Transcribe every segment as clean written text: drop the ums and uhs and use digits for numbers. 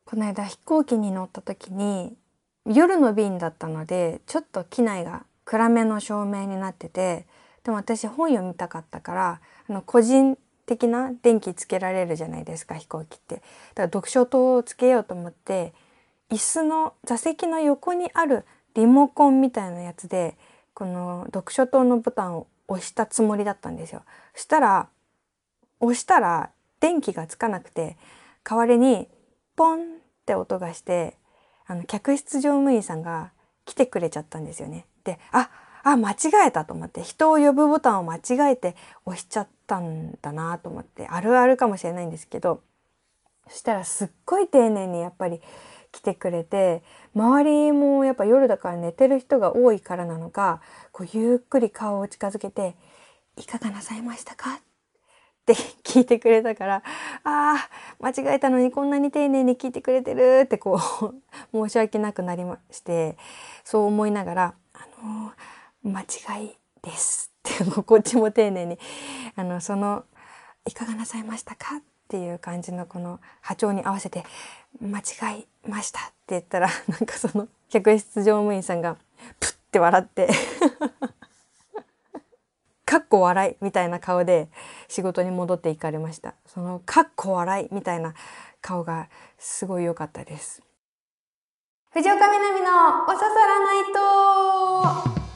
この間飛行機に乗った時に夜の便だったのでちょっと機内が暗めの照明になってて、でも私本読みたかったから個人的な電気つけられるじゃないですか、飛行機って。だから読書灯をつけようと思って椅子の座席の横にあるリモコンみたいなやつでこの読書灯のボタンを押したつもりだったんですよ。押したら電気がつかなくて、代わりにポンって音がして、客室乗務員さんが来てくれちゃったんですよね。で、間違えたと思って、人を呼ぶボタンを間違えて押しちゃったんだなと思って、あるあるかもしれないんですけど、そしたらすっごい丁寧にやっぱり来てくれて、周りもやっぱ夜だから寝てる人が多いからなのか、こうゆっくり顔を近づけて、いかがなさいましたかって聞いてくれたから、間違えたのにこんなに丁寧に聞いてくれてるってこう申し訳なくなりまして、そう思いながら間違いですってこっちも丁寧にいかがなさいましたかっていう感じのこの波長に合わせて間違いましたって言ったら、なんかその客室乗務員さんがプッて笑ってかっこ笑いみたいな顔で仕事に戻っていかれました。そのかっこ笑いみたいな顔がすごい良かったです。藤岡みなみのおささらないと。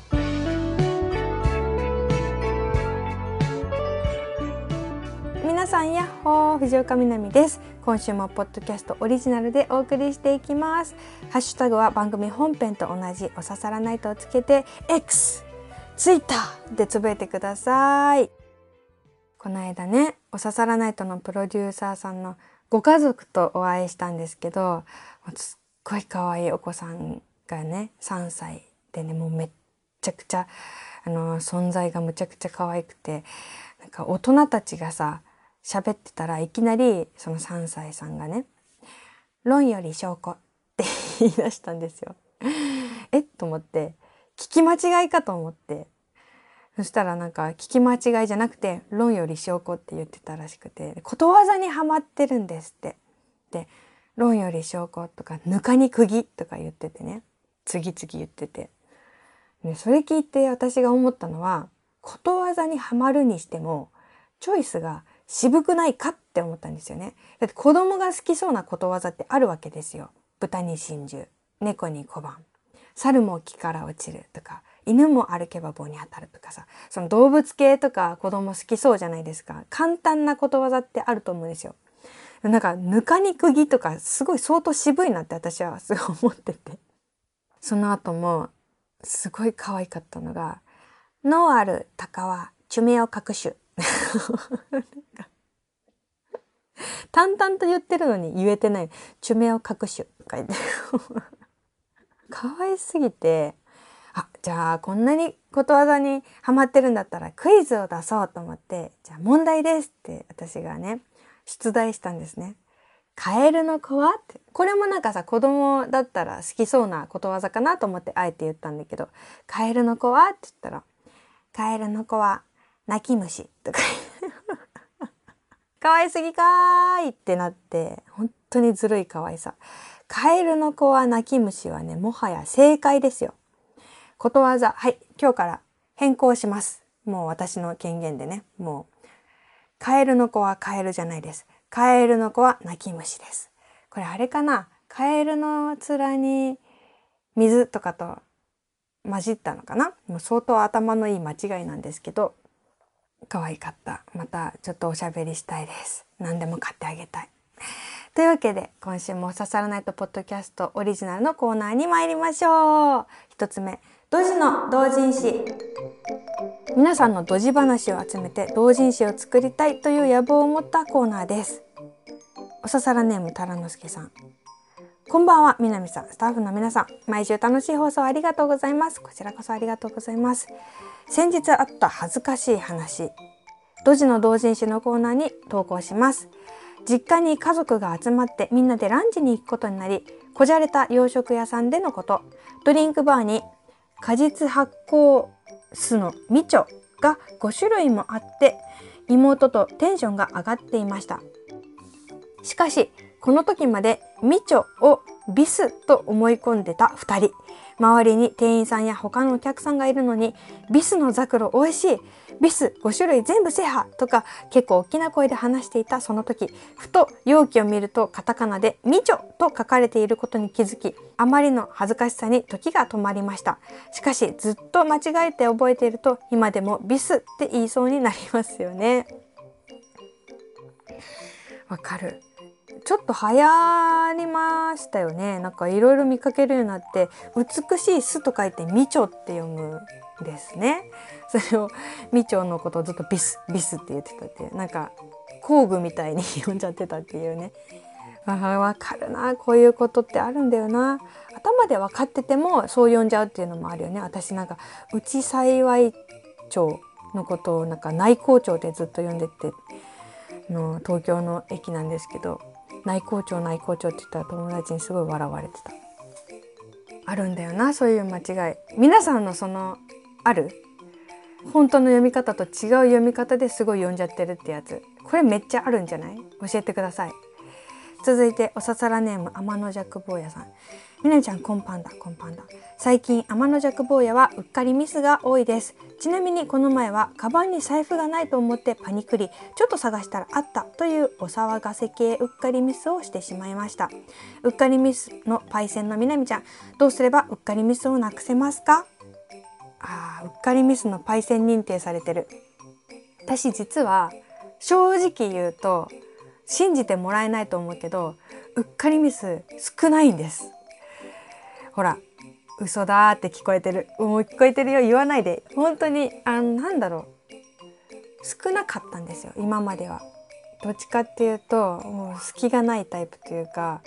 皆さんやっほー、藤岡みなみです。今週もポッドキャストオリジナルでお送りしていきます。ハッシュタグは番組本編と同じおささらないとをつけて X、ツイッターでつぶえてください。この間ね、おささらないとのプロデューサーさんのご家族とお会いしたんですけど、すっごい可愛いお子さんがね、3歳でね、もうめっちゃくちゃ存在がむちゃくちゃ可愛くて、なんか大人たちがさ喋ってたらいきなりその3歳さんがね、論より証拠って言い出したんですよ。と思って、聞き間違いかと思って、そしたらなんか聞き間違いじゃなくて論より証拠って言ってたらしくて、ことわざにはまってるんですって。で、論より証拠とかぬかに釘とか言っててね、次々言ってて、ね、それ聞いて私が思ったのは、ことわざにはまるにしてもチョイスが渋くないかって思ったんですよね。だって子供が好きそうなことわざってあるわけですよ。豚に真珠、猫に小判、猿も木から落ちるとか、犬も歩けば棒に当たるとかさ、その動物系とか子供好きそうじゃないですか。簡単なことわざってあると思うんですよ。なんかぬかに釘とかすごい相当渋いなって私はすごい思ってて、その後もすごい可愛かったのが、のある鷹は地名を隠しゅ淡々と言ってるのに言えてない、地名を隠しゅとか言って可愛すぎて、じゃあこんなにことわざにハマってるんだったらクイズを出そうと思って、じゃあ問題ですって私がね出題したんですね。カエルの子はって、これもなんかさ、子供だったら好きそうなことわざかなと思ってあえて言ったんだけど、カエルの子はって言ったら、カエルの子は泣き虫とか可愛すぎかーいってなって、本当にずるい可愛さ。カエルの子は泣き虫はね、もはや正解ですよ。ことわざ、はい、今日から変更します。もう私の権限でね、もう、カエルの子はカエルじゃないです。カエルの子は泣き虫です。これあれかな、カエルの面に水とかと混じったのかな。もう相当頭のいい間違いなんですけど、可愛かった。またちょっとおしゃべりしたいです。何でも買ってあげたい。というわけで今週もおささらないとポッドキャストオリジナルのコーナーに参りましょう。一つ目、ドジの同人誌。皆さんのドジ話を集めて同人誌を作りたいという野望を持ったコーナーです。おささらネームタラノスケさん、こんばんは。みなみさん、スタッフの皆さん、毎週楽しい放送ありがとうございます。こちらこそありがとうございます。先日あった恥ずかしい話、ドジの同人誌のコーナーに投稿します。実家に家族が集まってみんなでランチに行くことになり、こじゃれた洋食屋さんでのこと。ドリンクバーに果実発酵酢のみちょが5種類もあって、妹とテンションが上がっていました。しかしこの時までみちょをビスと思い込んでた2人。周りに店員さんや他のお客さんがいるのに、ビスのザクロ美味しい、ビス5種類全部制覇とか結構大きな声で話していたその時、ふと容器を見るとカタカナでみちょと書かれていることに気づき、あまりの恥ずかしさに時が止まりました。しかしずっと間違えて覚えていると今でもビスって言いそうになりますよね。わかる。ちょっと流行りましたよね。なんかいろいろ見かけるようになって、美しい巣と書いてみちょって読むんですね。それをみちょのことをずっとビスビスって言ってたっていう、なんか工具みたいに呼んじゃってたっていうね。わかるな、こういうことってあるんだよな。頭で分かっててもそう呼んじゃうっていうのもあるよね。私なんか内幸町のことをなんか内幸町でずっと呼んでて、東京の駅なんですけど、内幸町内幸町って言ったら友達にすごい笑われてた。あるんだよな、そういう間違い。皆さんのある本当の読み方と違う読み方ですごい読んじゃってるってやつ、これめっちゃあるんじゃない？教えてください。続いておささらネーム天の弱坊やさん。みなみちゃんこんぱんだ。最近天の弱坊やはうっかりミスが多いです。ちなみにこの前はカバンに財布がないと思ってパニクり、ちょっと探したらあったというお騒がせ系うっかりミスをしてしまいました。うっかりミスのパイセンのみなみちゃん、どうすればうっかりミスをなくせますか？うっかりミスのパイセン認定されてる。私実は正直言うと信じてもらえないと思うけど、うっかりミス少ないんです。ほら、嘘だーって聞こえてる。もう聞こえてるよ、言わないで。本当になんだろう、少なかったんですよ今までは。どっちかっていうともう隙がないタイプというか、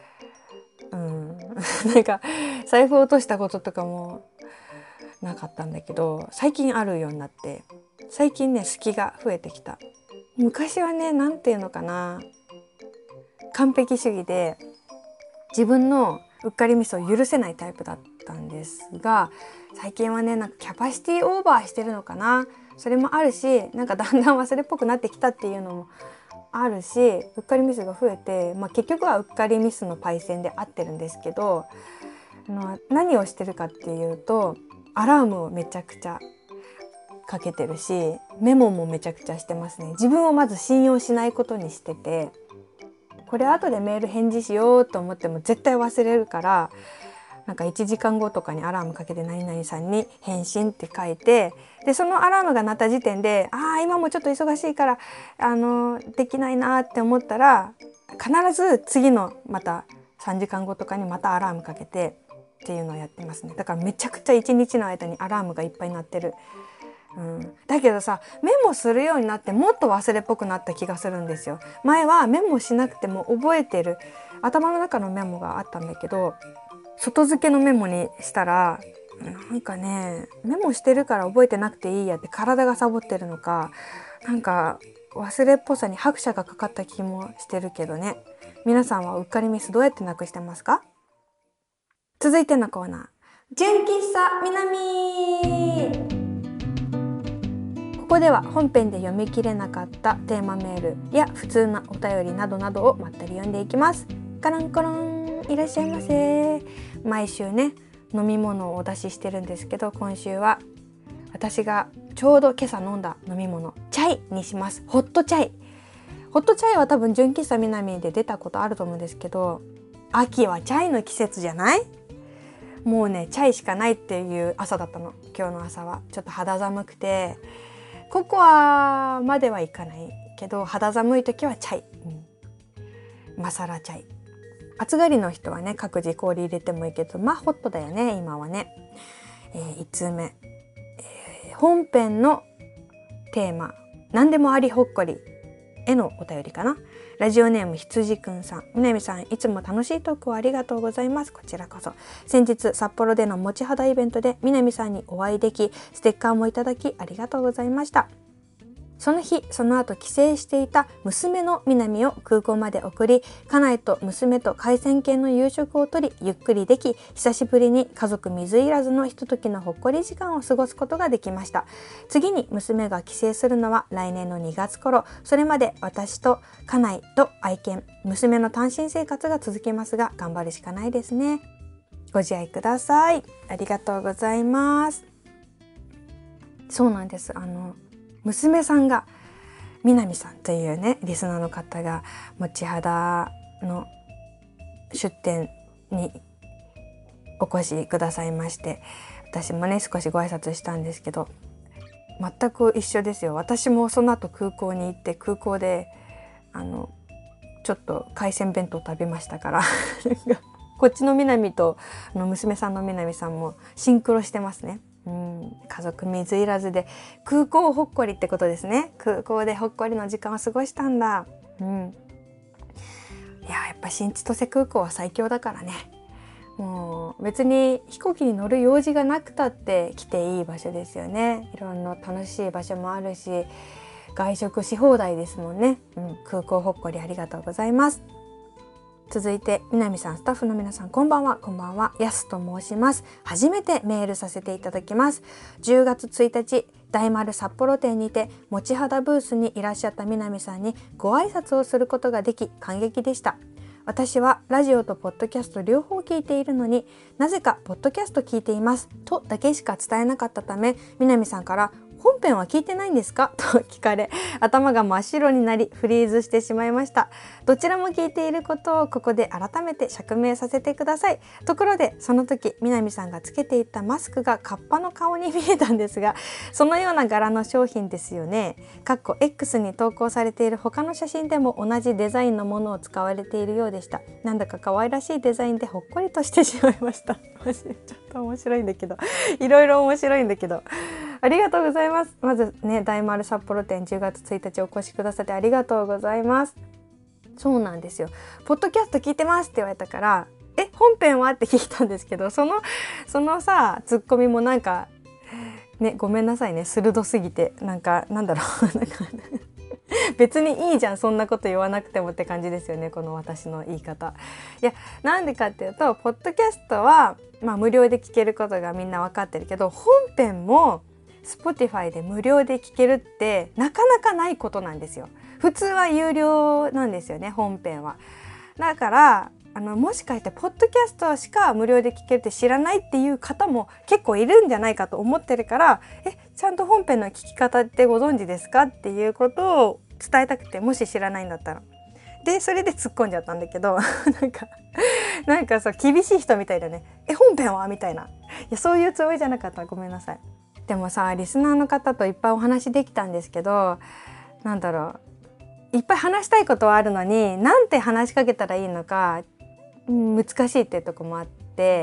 なんか財布を落としたこととかもなかったんだけど、最近あるようになって、最近ね隙が増えてきた。昔はね、なんていうのかな、完璧主義で自分のうっかりミスを許せないタイプだったんですが、最近はね、なんかキャパシティオーバーしてるのかな、それもあるし、なんかだんだん忘れっぽくなってきたっていうのもあるし、うっかりミスが増えて、結局はうっかりミスのパイセンで合ってるんですけど、何をしてるかっていうと、アラームをめちゃくちゃかけてるし、メモもめちゃくちゃしてますね。自分をまず信用しないことにしてて、これ後でメール返事しようと思っても絶対忘れるから、なんか1時間後とかにアラームかけて何々さんに返信って書いて、でそのアラームが鳴った時点で今もちょっと忙しいからできないなって思ったら、必ず次のまた3時間後とかにまたアラームかけてっていうのをやってますね。だからめちゃくちゃ1日の間にアラームがいっぱい鳴ってる。だけどさ、メモするようになってもっと忘れっぽくなった気がするんですよ。前はメモしなくても覚えてる頭の中のメモがあったんだけど、外付けのメモにしたら、なんかね、メモしてるから覚えてなくていいやって体がサボってるのか、なんか忘れっぽさに拍車がかかった気もしてるけどね。皆さんはうっかりミスどうやってなくしてますか？続いてのコーナー、純喫茶南。ここでは本編で読み切れなかったテーマメールや普通なお便りなどなどをまったり読んでいきます。カランコロン、いらっしゃいませ。毎週ね、飲み物をお出ししてるんですけど、今週は私がちょうど今朝飲んだ飲み物、チャイにします。ホットチャイ。ホットチャイは多分純喫茶南で出たことあると思うんですけど、秋はチャイの季節じゃない？もうね、チャイしかないっていう朝だったの。今日の朝はちょっと肌寒くて、ココアまではいかないけど肌寒い時はチャイ、マサラチャイ。暑がりの人はね、各自氷入れてもいいけど、ホットだよね今はね。1通目、本編のテーマ、何でもありほっこりへのお便りかな。ラジオネーム羊くんさん。みなみさん、いつも楽しいトークをありがとうございます。こちらこそ。先日札幌での持ち肌イベントでみなみさんにお会いでき、ステッカーもいただきありがとうございました。 その日その後帰省していた娘のみなみを空港まで送り、家内と娘と海鮮系の夕食をとりゆっくりでき、久しぶりに家族水入らずのひとときのほっこり時間を過ごすことができました。次に娘が帰省するのは来年の2月頃。それまで私と家内と愛犬娘の単身生活が続きますが、頑張るしかないですね。ご自愛ください。ありがとうございます。そうなんです。娘さんが南さんというねリスナーの方が持肌の出店にお越しくださいまして、私もね少しご挨拶したんですけど、全く一緒ですよ。私もその後空港に行って、空港でちょっと海鮮弁当食べましたからこっちの南と娘さんの南さんもシンクロしてますね。家族水入らずで空港ほっこりってことですね。空港でほっこりの時間を過ごしたんだ。いや、やっぱ新千歳空港は最強だからね。もう別に飛行機に乗る用事がなくたって来ていい場所ですよね。いろんな楽しい場所もあるし、外食し放題ですもんね。空港ほっこりありがとうございます。続いて南さん、スタッフの皆さん、こんばんは。こんばんは。やすと申します。初めてメールさせていただきます。10月1日大丸札幌店にて持肌ブースにいらっしゃった南さんにご挨拶をすることができ感激でした。私はラジオとポッドキャスト両方聞いているのに、なぜかポッドキャスト聞いていますとだけしか伝えなかったため、南さんから本編は聞いてないんですかと聞かれ、頭が真っ白になりフリーズしてしまいました。どちらも聞いていることをここで改めて釈明させてください。ところでその時南さんがつけていたマスクがカッパの顔に見えたんですが、そのような柄の商品ですよね。X に投稿されている他の写真でも同じデザインのものを使われているようでした。なんだか可愛らしいデザインでほっこりとしてしまいました。ちょっと面白いんだけど、いろいろ面白いんだけど、ありがとうございます。まずね、大丸札幌店10月1日お越しくださってありがとうございます。そうなんですよ。ポッドキャスト聞いてますって言われたから、本編はって聞いたんですけど、そのさツッコミもなんかね、ごめんなさいね、鋭すぎて、なんだろうなんか別にいいじゃんそんなこと言わなくてもって感じですよね、この私の言い方。いや、なんでかっていうと、ポッドキャストは無料で聞けることがみんな分かってるけど、本編もSpotify で無料で聞けるってなかなかないことなんですよ。普通は有料なんですよね、本編は。だからもしかしてポッドキャストしか無料で聞けるって知らないっていう方も結構いるんじゃないかと思ってるから、ちゃんと本編の聞き方ってご存知ですかっていうことを伝えたくて、もし知らないんだったら。でそれで突っ込んじゃったんだけどなんかそう厳しい人みたいだね。本編はみたいな。いや、そういうつもりじゃなかった。ごめんなさい。でもさ、リスナーの方といっぱいお話できたんですけど、なんだろう、いっぱい話したいことはあるのに、なんて話しかけたらいいのか難しいっていうとこもあって、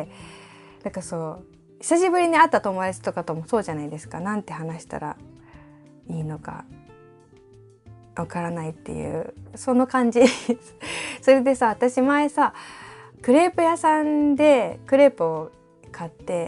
なんかそう久しぶりに会った友達とかともそうじゃないですか。なんて話したらいいのかわからないっていう、その感じそれでさ、私前さクレープ屋さんでクレープを買って、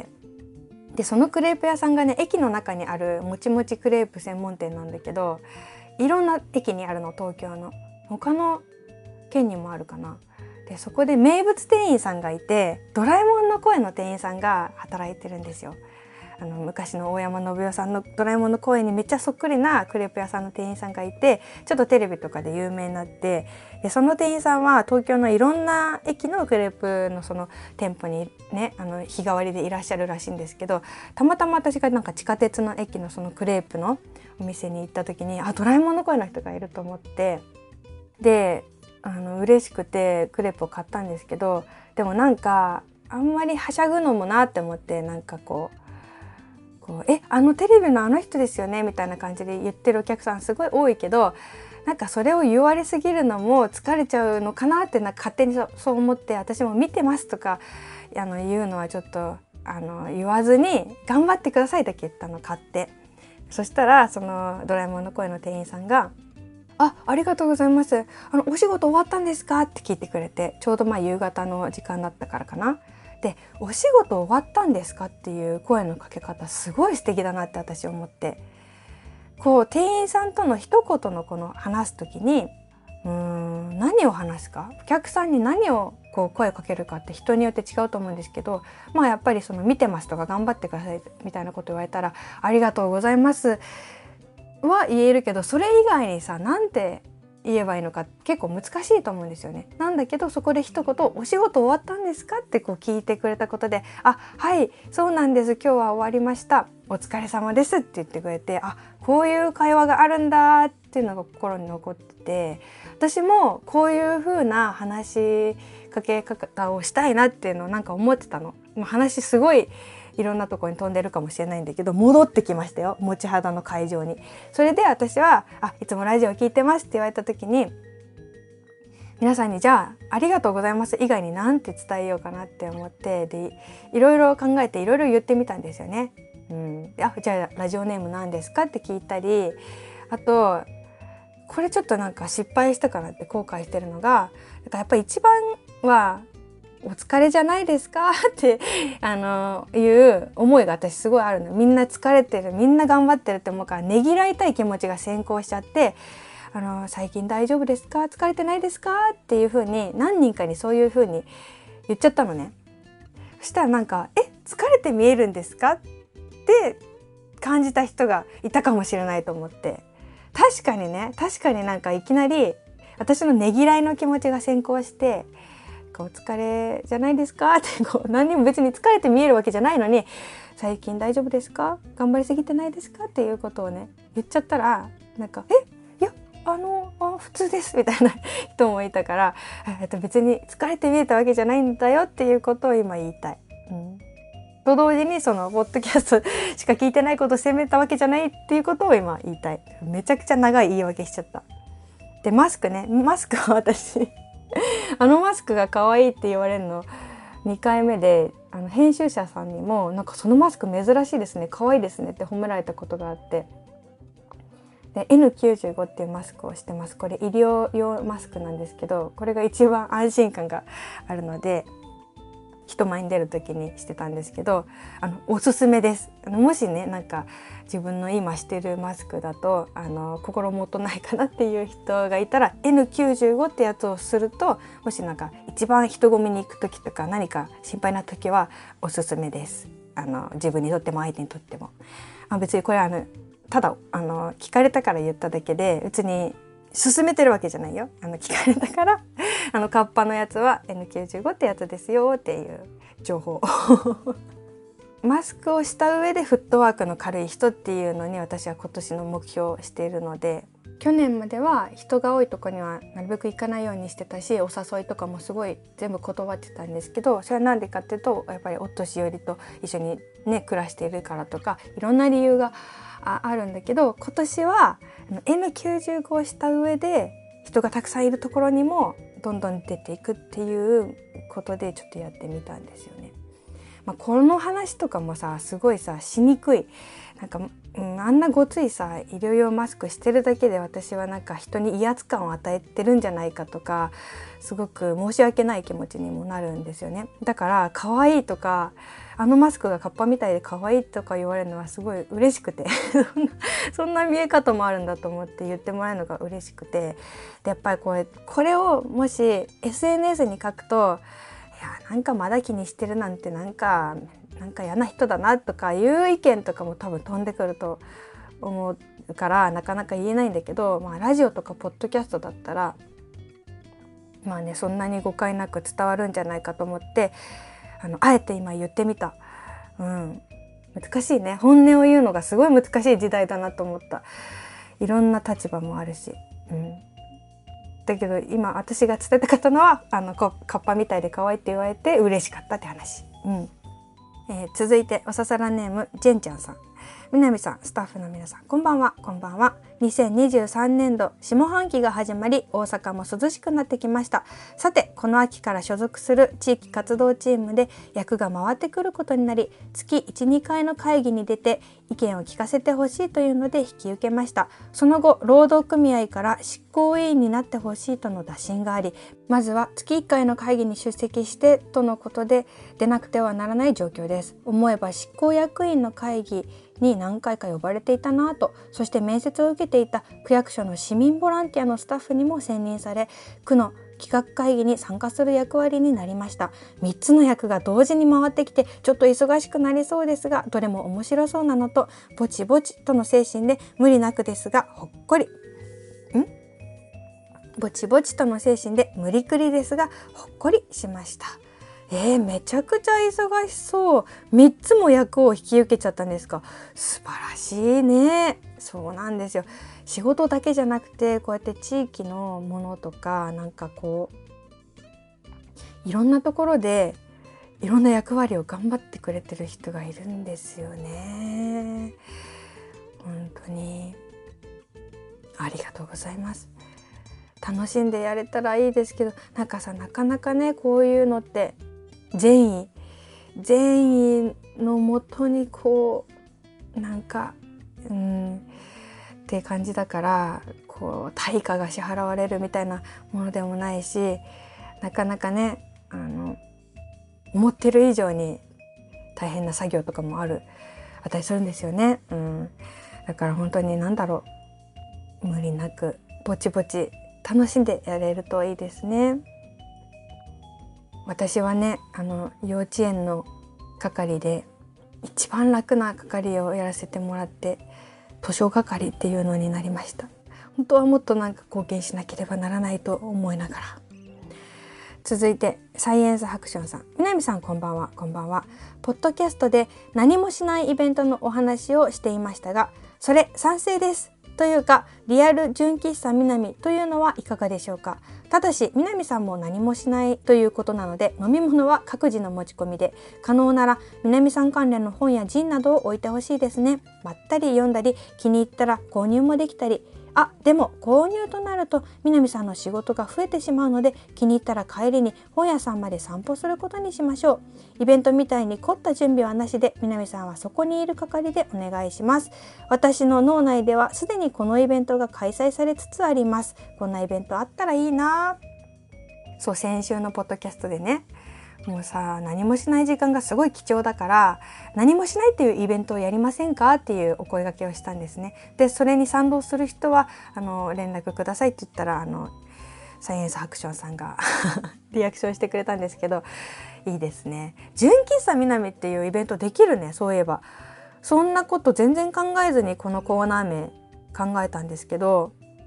でそのクレープ屋さんがね、駅の中にあるもちもちクレープ専門店なんだけど、いろんな駅にあるの、東京の他の県にもあるかな。でそこで名物店員さんがいて、ドラえもんの声の店員さんが働いてるんですよ。昔の大山信代さんのドラえもんの声にめっちゃそっくりなクレープ屋さんの店員さんがいて、ちょっとテレビとかで有名になって、でその店員さんは東京のいろんな駅のクレープのその店舗にね、日替わりでいらっしゃるらしいんですけど、たまたま私がなんか地下鉄の駅のそのクレープのお店に行った時に、ドラえもんの声の人がいると思って、で嬉しくてクレープを買ったんですけど、でもなんかあんまりはしゃぐのもなって思って、なんかこうテレビのあの人ですよねみたいな感じで言ってるお客さんすごい多いけど、なんかそれを言われすぎるのも疲れちゃうのかなって勝手にそう思って、私も見てますとか言うのはちょっと言わずに頑張ってくださいだけ言ったの、買って。そしたらそのドラえもんの声の店員さんがありがとうございます。お仕事終わったんですかって聞いてくれて、ちょうど夕方の時間だったからかな。で、お仕事終わったんですかっていう声のかけ方すごい素敵だなって私思って、 こう店員さんとの一言のこの話す時に何を話すか、お客さんに何をこう声かけるかって人によって違うと思うんですけど、まあやっぱりその見てますとか頑張ってくださいみたいなこと言われたらありがとうございますは言えるけど、それ以外にさなんて言えばいいのか結構難しいと思うんですよね。なんだけどそこで一言お仕事終わったんですかってこう聞いてくれたことで、あ、はいそうなんです、今日は終わりました、お疲れ様ですって言ってくれて、あ、こういう会話があるんだっていうのが心に残ってて、私もこういう風な話しかけ方をしたいなっていうのをなんか思ってたの。もう話すごいいろんなところに飛んでるかもしれないんだけど、戻ってきましたよ、持ち肌の会場に。それで私は「いつもラジオ聞いてます」って言われた時に、皆さんにじゃあ「ありがとうございます」以外に何て伝えようかなって思って、でいろいろ考えていろいろ言ってみたんですよね。じゃあラジオネーム何ですかって聞いたり、あとこれちょっとなんか失敗したかなって後悔してるのが、やっぱり一番はお疲れじゃないですかっていう思いが私すごいあるの。みんな疲れてる、みんな頑張ってるって思うから、ねぎらいたい気持ちが先行しちゃって、最近大丈夫ですか、疲れてないですかっていう風に何人かにそういう風に言っちゃったのね。そしたらなんか疲れて見えるんですかって感じた人がいたかもしれないと思って、確かになんかいきなり私のねぎらいの気持ちが先行して、お疲れじゃないですかってこう何にも別に疲れて見えるわけじゃないのに、最近大丈夫ですか、頑張りすぎてないですかっていうことをね言っちゃったら、なんかいや普通ですみたいな人もいたから、別に疲れて見えたわけじゃないんだよっていうことを今言いたい。と同時にそのポッドキャストしか聞いてないことを責めたわけじゃないっていうことを今言いたい。めちゃくちゃ長い言い訳しちゃった。でマスクは私マスクが可愛いって言われるの2回目で、編集者さんにもなんかそのマスク珍しいですね、可愛いですねって褒められたことがあって、で N95 っていうマスクをしてます。これ医療用マスクなんですけど、これが一番安心感があるので人前に出る時にしてたんですけど、おすすめです。もしねなんか自分の今してるマスクだと心もとないかなっていう人がいたら N95 ってやつをすると、もしなんか一番人混みに行く時とか何か心配な時はおすすめです。自分にとっても相手にとっても。別にこれただ聞かれたから言っただけで別に勧めてるわけじゃないよ。聞かれたからカッパのやつは N95 ってやつですよっていう情報マスクをした上でフットワークの軽い人っていうのに私は今年の目標をしているので、去年までは人が多いとこにはなるべく行かないようにしてたし、お誘いとかもすごい全部断ってたんですけど、それはなんでかっていうとやっぱりお年寄りと一緒にね暮らしているからとかいろんな理由があるんだけど、今年はN95 をした上で人がたくさんいるところにもどんどん出ていくっていうことでちょっとやってみたんですよね。この話とかもさすごいさしにくい。なんか、あんなごついさ医療用マスクしてるだけで私はなんか人に威圧感を与えてるんじゃないかとか、すごく申し訳ない気持ちにもなるんですよね。だから可愛いとかマスクがカッパみたいで可愛いとか言われるのはすごい嬉しくてそんな見え方もあるんだと思って言ってもらえるのが嬉しくて、でやっぱりこれをもし SNS に書くとなんかまだ気にしてるなんてなんか嫌な人だなとかいう意見とかも多分飛んでくると思うからなかなか言えないんだけど、ラジオとかポッドキャストだったらそんなに誤解なく伝わるんじゃないかと思ってあえて今言ってみた。難しいね、本音を言うのがすごい難しい時代だなと思った。いろんな立場もあるし、だけど今私が伝えたかったのはカッパみたいで可愛いって言われて嬉しかったって話。続いておささらネームジェンちゃんさん。南さん、スタッフの皆さん、こんばんは。こんばんは。2023年度下半期が始まり、大阪も涼しくなってきました。さて、この秋から所属する地域活動チームで役が回ってくることになり、月 1,2 回の会議に出て意見を聞かせてほしいというので引き受けました。その後、労働組合から執行委員になってほしいとの打診があり、まずは月1回の会議に出席してとのことで出なくてはならない状況です。思えば執行役員の会議に何回か呼ばれていたなぁと、そして面接を受けていた区役所の市民ボランティアのスタッフにも選任され、区の企画会議に参加する役割になりました。3つの役が同時に回ってきてちょっと忙しくなりそうですが、どれも面白そうなのと、ぼちぼちとの精神で無理なくですがほっこりぼちぼちとの精神で無理くりですがほっこりしました。めちゃくちゃ忙しそう。3つも役を引き受けちゃったんですか。素晴らしいね。そうなんですよ。仕事だけじゃなくて、こうやって地域のものとか、なんかこういろんなところでいろんな役割を頑張ってくれてる人がいるんですよね。本当にありがとうございます。楽しんでやれたらいいですけど、なんかさ、なかなかね、こういうのって善意のもとにこうなんかって感じだから、こう対価が支払われるみたいなものでもないし、なかなかね思ってる以上に大変な作業とかもあったりするんですよね。だから本当に無理なくぼちぼち楽しんでやれるといいですね。私はね、幼稚園の係で一番楽な係をやらせてもらって、図書係っていうのになりました。本当はもっと貢献しなければならないと思いながら。続いてサイエンスハクションさん、南さんこんばんは。こんばんは。ポッドキャストで何もしないイベントのお話をしていましたが、それ賛成です。というかリアル純喫茶南というのはいかがでしょうか。ただし南さんも何もしないということなので、飲み物は各自の持ち込みで、可能なら南さん関連の本やジンなどを置いてほしいですね。まったり読んだり、気に入ったら購入もできたり。でも購入となると南さんの仕事が増えてしまうので、気に入ったら帰りに本屋さんまで散歩することにしましょう。イベントみたいに凝った準備はなしで、南さんはそこにいる係でお願いします。私の脳内ではすでにこのイベントが開催されつつあります。こんなイベントあったらいいな。そう、先週のポッドキャストでね、もうさ、何もしない時間がすごい貴重だから、何もしないっていうイベントをやりませんかっていうお声掛けをしたんですね。でそれに賛同する人は連絡くださいって言ったら、サイエンスハクションさんがリアクションしてくれたんですけど、いいですね。純喫茶南っていうイベントできるね。そういえばそんなこと全然考えずにこのコーナー名考えたんですけど、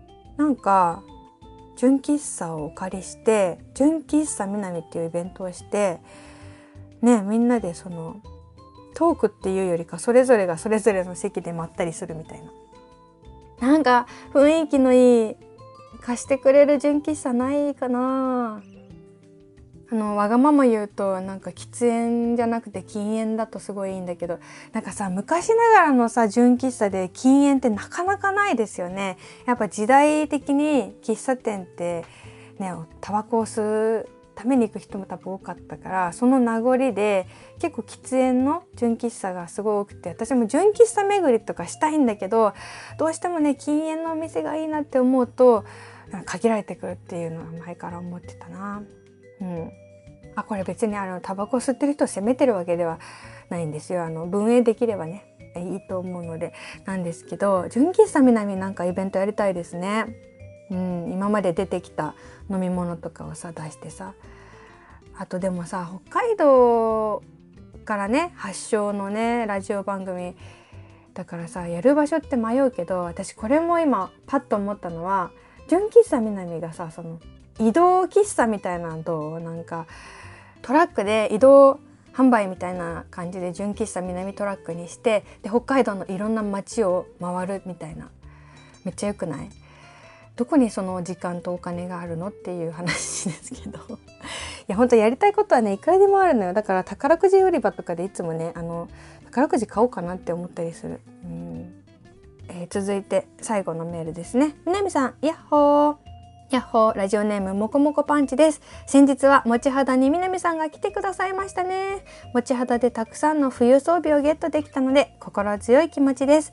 純喫茶をお借りして、純喫茶南っていうイベントをしてね、みんなでトークっていうよりか、それぞれがそれぞれの席でまったりするみたいな、雰囲気のいい貸してくれる純喫茶ないかな。わがまま言うと喫煙じゃなくて禁煙だとすごいいいんだけど、昔ながらの純喫茶で禁煙ってなかなかないですよね。やっぱ時代的に喫茶店ってね、タバコを吸うために行く人も多分多かったから、その名残で結構喫煙の純喫茶がすごい多くて、私も純喫茶巡りとかしたいんだけど、どうしてもね禁煙のお店がいいなって思うと限られてくるっていうのは前から思ってたな。これ別にタバコ吸ってる人を責めてるわけではないんですよ。分営できればねいいと思うのでなんですけど、純喫茶南イベントやりたいですね。今まで出てきた飲み物とかを出してさ、あとでも北海道からね発祥のねラジオ番組だからやる場所って迷うけど、私これも今パッと思ったのは、純喫茶南が移動喫茶みたいなのとトラックで移動販売みたいな感じで純喫茶南トラックにして、で北海道のいろんな街を回るみたいな、めっちゃよくない？どこにその時間とお金があるのっていう話ですけどいや本当やりたいことはねいくらでもあるのよ。だから宝くじ売り場とかでいつもね宝くじ買おうかなって思ったりする。続いて最後のメールですね。南さん、やっほー。やっほー、ラジオネームもこもこパンチです。先日はもち肌に南さんが来てくださいましたね。もち肌でたくさんの冬装備をゲットできたので心強い気持ちです。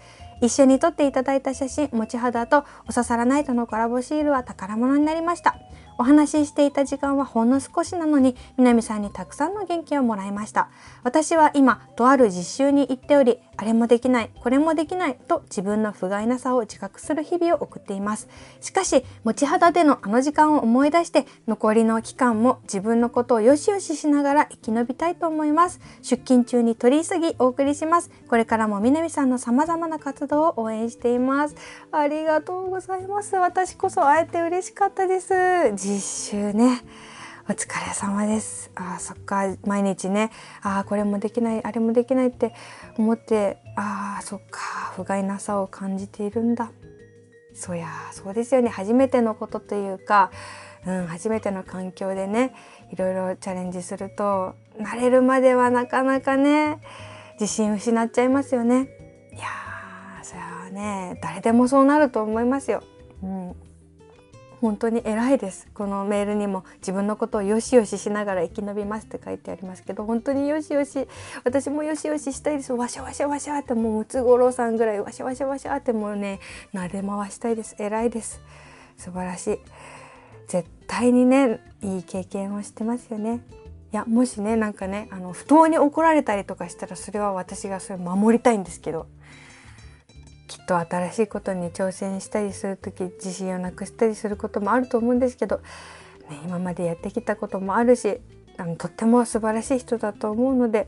一緒に撮っていただいた写真、持ち肌とおささらナイトのコラボシールは宝物になりました。お話ししていた時間はほんの少しなのに、南さんにたくさんの元気をもらいました。私は今、とある実習に行っており、あれもできない、これもできないと自分の不甲斐なさを自覚する日々を送っています。しかし、持ち肌でのあの時間を思い出して、残りの期間も自分のことをよしよししながら生き延びたいと思います。出勤中に取り急ぎお送りします。これからも南さんの様々な活動を応援しています。ありがとうございます。私こそ会えて嬉しかったです。実習ね。お疲れ様です。そっか、毎日ね、これもできない、あれもできないって思って、そっか、不甲斐なさを感じているんだ。そうですよね。初めてのことというか、初めての環境でね、いろいろチャレンジすると、慣れるまではなかなかね、自信失っちゃいますよね。いやー、それはね、誰でもそうなると思いますよ。本当に偉いです。このメールにも自分のことをよしよししながら生き延びますって書いてありますけど、本当によしよし、私もよしよししたいです。わしゃわしゃわしゃって、もうムツゴロウさんぐらいわしゃわしゃわしゃってもうね、撫で回したいです。偉いです。素晴らしい。絶対にね、いい経験をしてますよね。いや、もしね、なんかね、不当に怒られたりとかしたら、それは私がそれ守りたいんですけど、きっと新しいことに挑戦したりする時、自信をなくしたりすることもあると思うんですけど、今までやってきたこともあるし、とっても素晴らしい人だと思うので、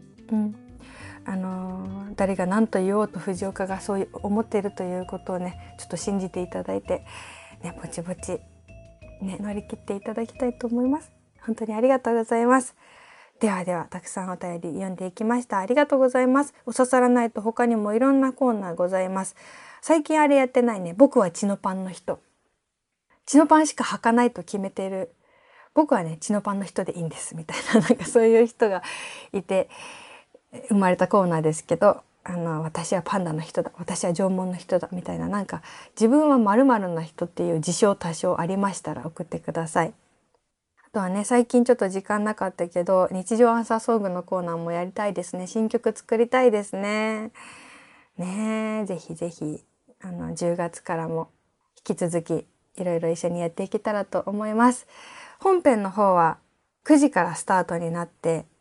誰が何と言おうと藤岡がそう思っているということをね、ちょっと信じていただいて、ね、ぼちぼち、ね、乗り切っていただきたいと思います。本当にありがとうございます。ではたくさんお便り読んでいきました。ありがとうございます。おささらないと他にもいろんなコーナーございます。最近あれやってないね。僕はチノパンの人。チノパンしか履かないと決めている。僕はね、チノパンの人でいいんです。みたいな、なんかそういう人がいて生まれたコーナーですけど、私はパンダの人だ。私は縄文の人だ。みたいな、なんか自分は〇〇な人っていう自称多少ありましたら送ってください。あとはね、最近ちょっと時間なかったけど、日常アンサーソングのコーナーもやりたいですね。新曲作りたいですね。ぜひぜひ、10月からも引き続きいろいろ一緒にやっていけたらと思います。本編の方は9時からスタートになって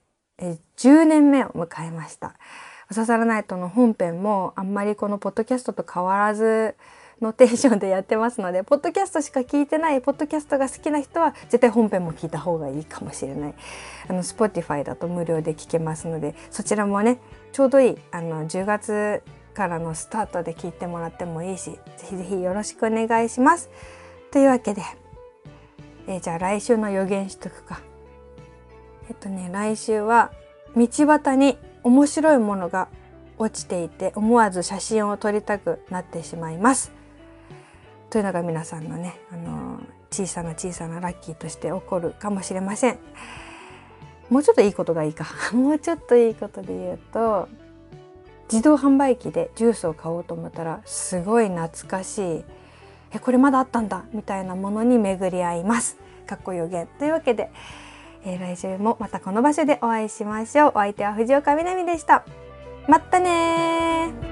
、10年目を迎えました。おささらナイトの本編もあんまりこのポッドキャストと変わらずのテンションでやってますので、ポッドキャストしか聞いてない、ポッドキャストが好きな人は絶対本編も聞いた方がいいかもしれない。Spotify だと無料で聞けますので、そちらもね、ちょうどいい10月からのスタートで聞いてもらってもいいし、ぜひぜひよろしくお願いします。というわけで、じゃあ来週の予言しとくか。来週は道端に面白いものが落ちていて思わず写真を撮りたくなってしまいます。というのが皆さんのね、小さなラッキーとして起こるかもしれません。もうちょっといいことがいいか。もうちょっといいことで言うと、自動販売機でジュースを買おうと思ったらすごい懐かしい、これまだあったんだみたいなものに巡り合います。かっこ予言というわけで、来週もまたこの場所でお会いしましょう。お相手は藤岡みなみでした。まったねー。